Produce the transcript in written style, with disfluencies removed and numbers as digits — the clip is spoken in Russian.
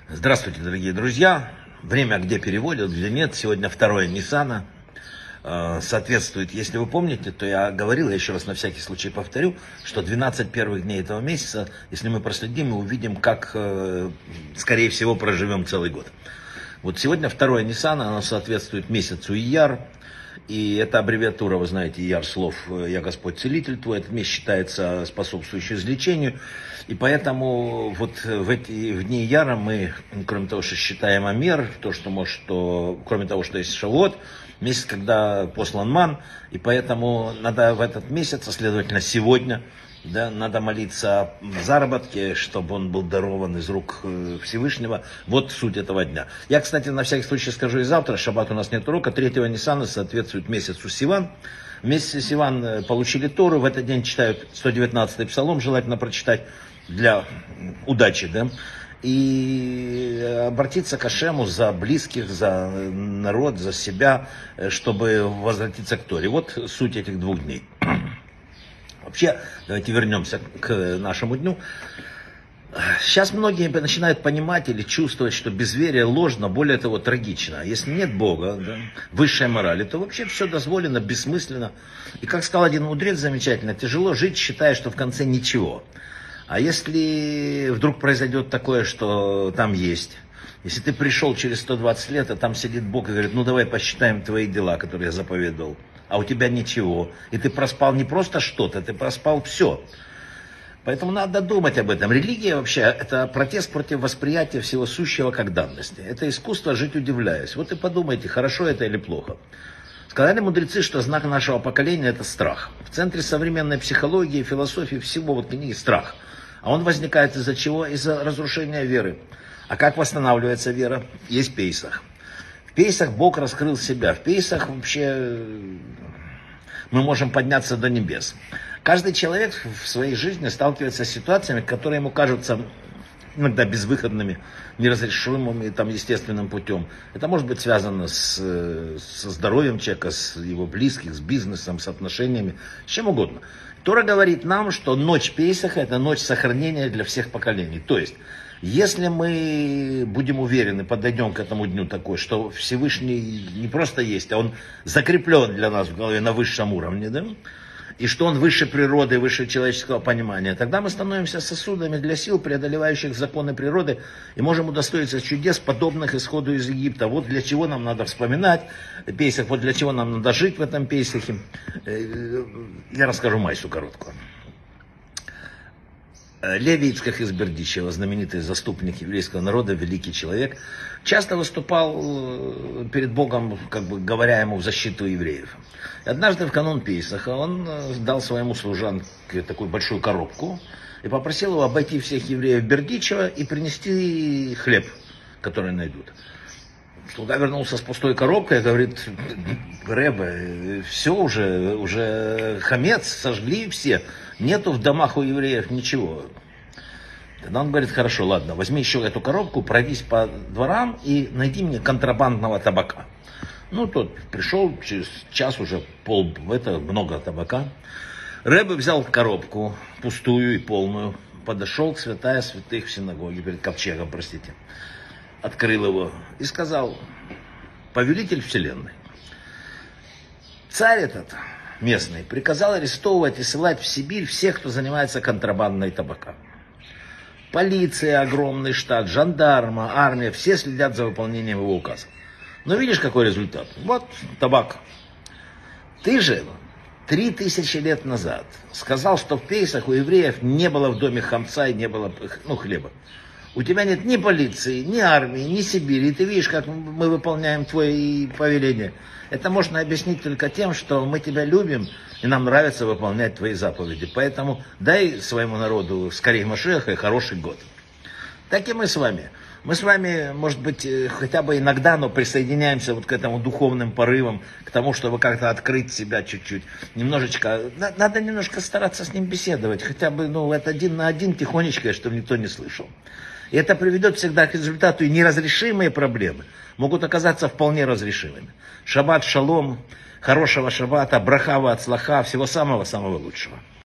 Здравствуйте, дорогие друзья. Время где переводят, где нет. Сегодня второе Ниссана. Соответствует, если вы помните, то я говорил, я еще раз на всякий случай повторю, что 12 первых дней этого месяца, если мы проследим, мы увидим, как, скорее всего, проживем целый год. Вот сегодня второе Ниссана, оно соответствует месяцу Ияр. И это аббревиатура, вы знаете, Ияр слов «Я Господь Целитель твой». Этот месяц считается способствующий излечению. И поэтому вот в дни Ияра мы, кроме того, что считаем Амер, кроме того, что есть Шавуот, месяц, когда послан Ман, и поэтому надо в этот месяц, а следовательно сегодня, да, надо молиться о заработке, чтобы он был дарован из рук Всевышнего. Вот суть этого дня. Я, кстати, на всякий случай скажу и завтра, шаббат у нас нет урока, 3-го Ниссана соответствует месяцу Сиван. В месяце Сиван получили Тору, в этот день читают 119-й псалом, желательно прочитать для удачи, да, и обратиться к Ашему за близких, за народ, за себя, чтобы возвратиться к Торе. Вот суть этих 2 дней. Вообще, давайте вернемся к нашему дню. Сейчас многие начинают понимать или чувствовать, что безверие ложно, более того, трагично. Если нет Бога, да, высшей морали, то вообще все дозволено, бессмысленно. И как сказал один мудрец замечательно, тяжело жить, считая, что в конце ничего. А если вдруг произойдет такое, что там есть, если ты пришел через 120 лет, а там сидит Бог и говорит, ну давай посчитаем твои дела, которые я заповедовал, а у тебя ничего, и ты проспал не просто что-то, ты проспал все. Поэтому надо думать об этом. Религия вообще это протест против восприятия всего сущего как данности. Это искусство жить удивляясь. Вот и подумайте, хорошо это или плохо. Сказали мудрецы, что знак нашего поколения это страх. В центре современной психологии, философии всего вот книги страх. А он возникает из-за чего? Из-за разрушения веры. А как восстанавливается вера? Есть Пейсах. В Пейсах Бог раскрыл себя. В Пейсах вообще мы можем подняться до небес. Каждый человек в своей жизни сталкивается с ситуациями, которые ему кажутся иногда безвыходными, неразрешимыми там, естественным путем. Это может быть связано со здоровьем человека, с его близких, с бизнесом, с отношениями, с чем угодно. Тора говорит нам, что ночь Пейсаха – это ночь сохранения для всех поколений. То есть, если мы будем уверены, подойдем к этому дню такой, что Всевышний не просто есть, а он закреплен для нас в голове на высшем уровне, да? И что он выше природы, выше человеческого понимания, тогда мы становимся сосудами для сил, преодолевающих законы природы, и можем удостоиться чудес, подобных исходу из Египта. Вот для чего нам надо вспоминать Пейсах, вот для чего нам надо жить в этом Пейсахе. Я расскажу майсу короткую. Леви Ицхак из Бердичева, знаменитый заступник еврейского народа, великий человек, часто выступал перед Богом, как бы говоря ему в защиту евреев. И однажды в канун Пейсаха он дал своему служанке такую большую коробку и попросил его обойти всех евреев Бердичева и принести хлеб, который найдут. Слуга вернулся с пустой коробкой и говорит, Ребе, все уже хамец, сожгли все, нету в домах у евреев ничего. Тогда он говорит, хорошо, ладно, возьми еще эту коробку, пройдись по дворам и найди мне контрабандного табака. Ну, тот пришел, через час уже много табака. Ребе взял коробку, пустую и полную, подошел к святая святых в синагоге, перед ковчегом, простите. Открыл его и сказал, повелитель вселенной, царь этот местный приказал арестовывать и ссылать в Сибирь всех, кто занимается контрабандой табака. Полиция, огромный штат, жандарма, армия, все следят за выполнением его указа. Но видишь, какой результат? Вот табак. Ты же 3000 лет назад сказал, что в Пейсах у евреев не было в доме хамца и не было хлеба. У тебя нет ни полиции, ни армии, ни Сибири. И ты видишь, как мы выполняем твои повеления. Это можно объяснить только тем, что мы тебя любим, и нам нравится выполнять твои заповеди. Поэтому дай своему народу скорее Машеха и хороший год. Так и мы с вами. Мы с вами, может быть, хотя бы иногда, но присоединяемся вот к этому духовным порывам, к тому, чтобы как-то открыть себя чуть-чуть. Надо немножко стараться с ним беседовать, хотя бы, это 1 на 1 тихонечко, чтобы никто не слышал. И это приведет всегда к результату, и неразрешимые проблемы могут оказаться вполне разрешимыми. Шаббат шалом, хорошего шаббата, браха ва ацлаха, всего самого-самого лучшего.